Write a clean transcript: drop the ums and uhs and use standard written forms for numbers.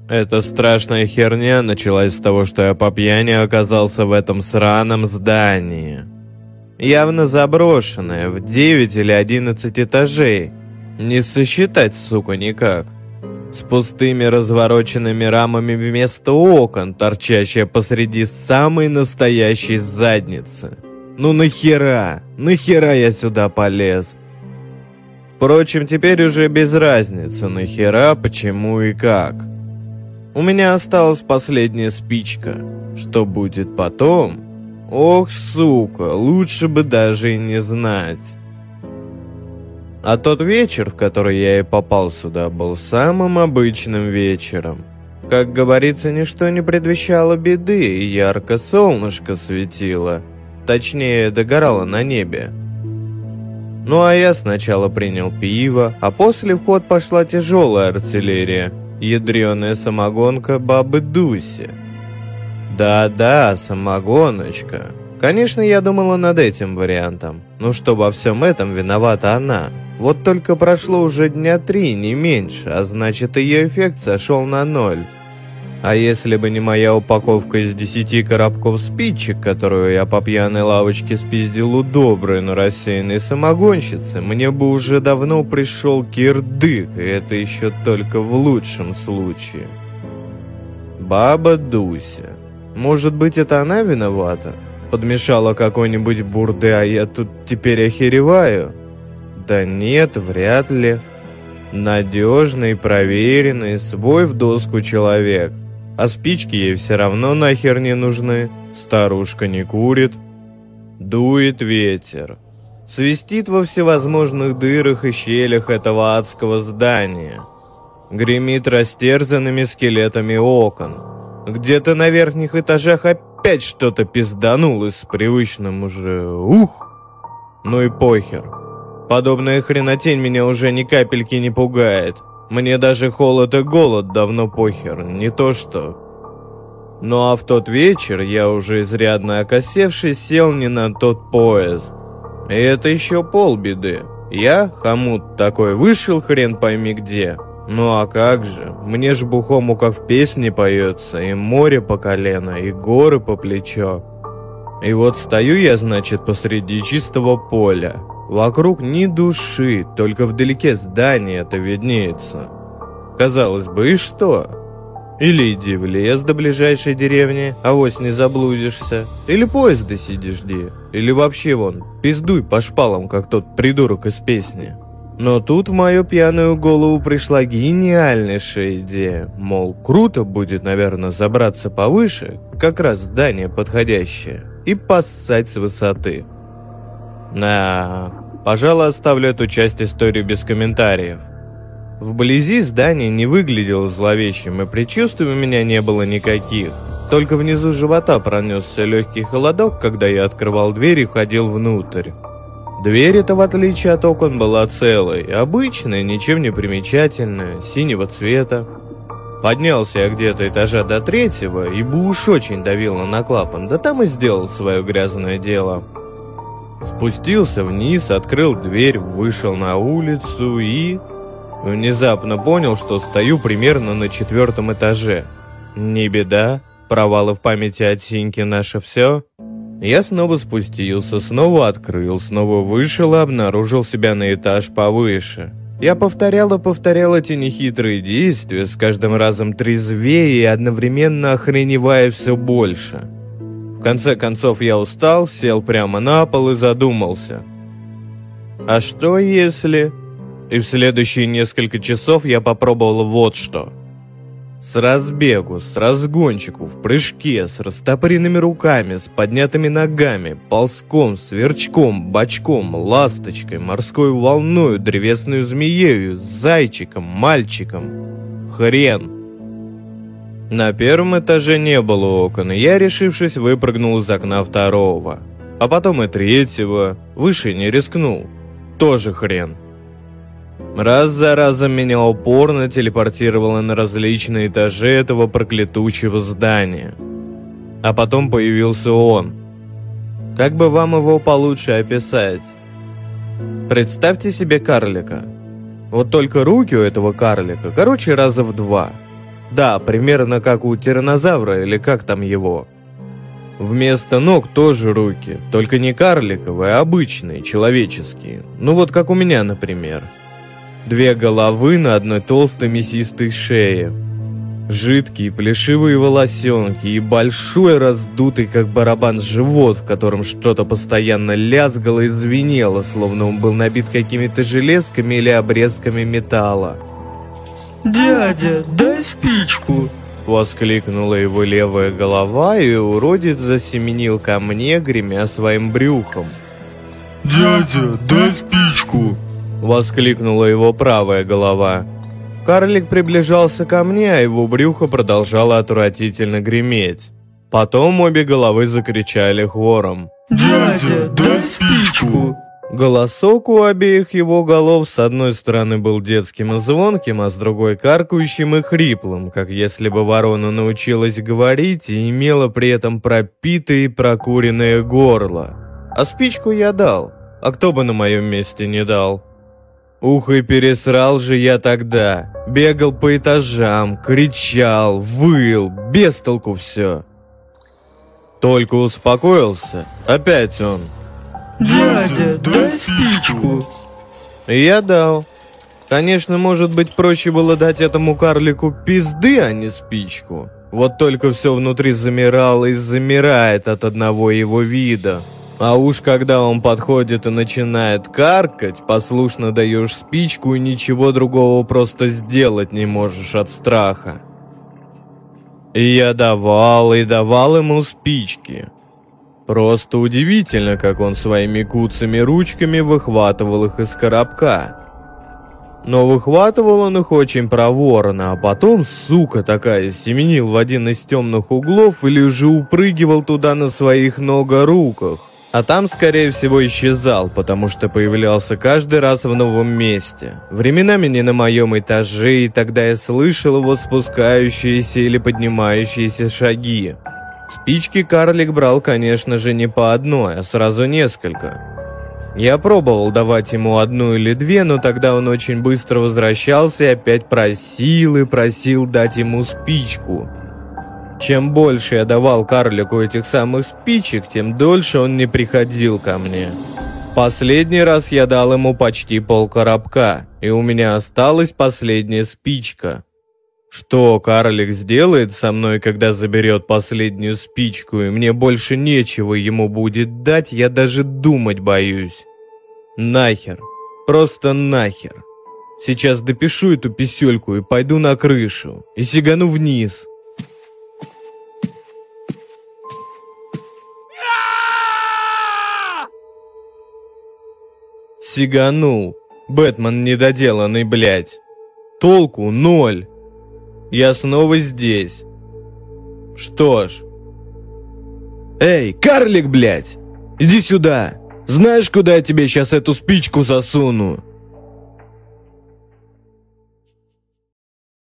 Эта страшная херня началась с того, что я по пьяни оказался в этом сраном здании. Явно заброшенное, в 9 или 11 этажей. Не сосчитать, сука, никак. С пустыми развороченными рамами вместо окон, торчащая посреди самой настоящей задницы. Ну нахера? Нахера я сюда полез? Впрочем, теперь уже без разницы, нахера, почему и как. У меня осталась последняя спичка. Что будет потом? Ох, сука, лучше бы даже и не знать. А тот вечер, в который я и попал сюда, был самым обычным вечером. Как говорится, ничто не предвещало беды, и ярко солнышко светило. Точнее, догорало на небе. Ну а я сначала принял пиво, а после в ход пошла тяжелая артиллерия. Ядреная самогонка бабы Дуси. Да-да, самогоночка. Конечно, я думала над этим вариантом. Ну что во всем этом виновата она. Вот только прошло уже дня 3, не меньше, а значит ее эффект сошел на 0. А если бы не моя упаковка из 10 коробков спичек, которую я по пьяной лавочке спиздил у доброй, но рассеянной самогонщицы, мне бы уже давно пришел кирдык, и это еще только в лучшем случае. Баба Дуся. Может быть, это она виновата? Подмешала какой-нибудь бурды, а я тут теперь охереваю? Да нет, вряд ли. Надежный, проверенный, свой в доску человек. А спички ей все равно нахер не нужны. Старушка не курит. Дует ветер. Свистит во всевозможных дырах и щелях этого адского здания. Гремит растерзанными скелетами окон. Где-то на верхних этажах опять что-то пиздануло с привычным уже ух. Ну и похер. Подобная хренотень меня уже ни капельки не пугает. Мне даже холод и голод давно похер, не то что. Ну а в тот вечер я уже изрядно окосевший сел не на тот поезд. И это еще полбеды. Я, хомут такой, вышел хрен пойми где. Ну а как же, мне ж бухому как в песне поется, и море по колено, и горы по плечо. И вот стою я, значит, посреди чистого поля. Вокруг ни души, только вдалеке здание-то виднеется. Казалось бы, и что? Или иди в лес до ближайшей деревни, авось не заблудишься. Или поезда сиди жди. Или вообще вон, пиздуй по шпалам, как тот придурок из песни. Но тут в мою пьяную голову пришла гениальнейшая идея. Мол, круто будет, наверное, забраться повыше, как раз здание подходящее, и поссать с высоты. Пожалуй, оставлю эту часть истории без комментариев. Вблизи здание не выглядело зловещим, и предчувствий у меня не было никаких. Только внизу живота пронесся легкий холодок, когда я открывал дверь и входил внутрь. Дверь-то, в отличие от окон, была целой, обычная, ничем не примечательная, синего цвета. Поднялся я где-то этажа до 3-го, ибо уж очень давило на клапан, да там и сделал свое грязное дело. Спустился вниз, открыл дверь, вышел на улицу и... внезапно понял, что стою примерно на 4-м этаже. Не беда, провалы в памяти от Синьки наше все. Я снова спустился, снова открыл, снова вышел и обнаружил себя на этаж повыше. Я повторял и повторял эти нехитрые действия, с каждым разом трезвее и одновременно охреневая все больше. В конце концов я устал, сел прямо на пол и задумался. А что если... И в следующие несколько часов я попробовал вот что. С разбегу, с разгончику, в прыжке, с растопыренными руками, с поднятыми ногами, ползком, сверчком, бочком, ласточкой, морской волною, древесной змеею, зайчиком, мальчиком. Хрен. На 1-м этаже не было окон, и я, решившись, выпрыгнул из окна 2-го. А потом и 3-го. Выше не рискнул. Тоже хрен. Раз за разом меня упорно телепортировало на различные этажи этого проклятучего здания. А потом появился он. Как бы вам его получше описать? Представьте себе карлика. Вот только руки у этого карлика, короче, раза в 2. Да, примерно как у тираннозавра или как там его. Вместо ног тоже руки, только не карликовые, а обычные, человеческие. Ну вот как у меня, например. 2 головы на одной толстой мясистой шее. Жидкие плешивые волосенки и большой раздутый, как барабан, живот, в котором что-то постоянно лязгало и звенело, словно он был набит какими-то железками или обрезками металла. «Дядя, дай спичку!» — воскликнула его левая голова, и уродец засеменил ко мне, гремя своим брюхом. «Дядя, дай спичку!» — воскликнула его правая голова. Карлик приближался ко мне, а его брюхо продолжало отвратительно греметь. Потом обе головы закричали хором. «Дядя, дай спичку!» Голосок у обеих его голов с одной стороны был детским и звонким, а с другой каркающим и хриплым, как если бы ворона научилась говорить и имела при этом пропитое и прокуренное горло. А спичку я дал, а кто бы на моем месте не дал? Ух, и пересрал же я тогда. Бегал по этажам, кричал, выл, без толку все. Только успокоился, опять он. «Дядя, дай спичку!» Я дал. Конечно, может быть, проще было дать этому карлику пизды, а не спичку. Вот только все внутри замирало и замирает от одного его вида. А уж когда он подходит и начинает каркать, послушно даешь спичку и ничего другого просто сделать не можешь от страха. И я давал и давал ему спички. Просто удивительно, как он своими куцами ручками выхватывал их из коробка. Но выхватывал он их очень проворно, а потом, сука такая, семенил в один из темных углов или же упрыгивал туда на своих ногоруках. А там, скорее всего, исчезал, потому что появлялся каждый раз в новом месте. Временами не на моем этаже, и тогда я слышал его спускающиеся или поднимающиеся шаги. Спички карлик брал, конечно же, не по одной, а сразу несколько. Я пробовал давать ему 1 или 2, но тогда он очень быстро возвращался и опять просил и просил дать ему спичку. Чем больше я давал карлику этих самых спичек, тем дольше он не приходил ко мне. Последний раз я дал ему почти полкоробка, и у меня осталась последняя спичка. Что карлик сделает со мной, когда заберет последнюю спичку, и мне больше нечего ему будет дать, я даже думать боюсь. Нахер. Просто нахер. Сейчас допишу эту писюльку и пойду на крышу. И сигану вниз. Сиганул. Бэтмен недоделанный, блядь. Толку 0. Я снова здесь. Что ж. Эй, карлик, блядь! Иди сюда! Знаешь, куда я тебе сейчас эту спичку засуну?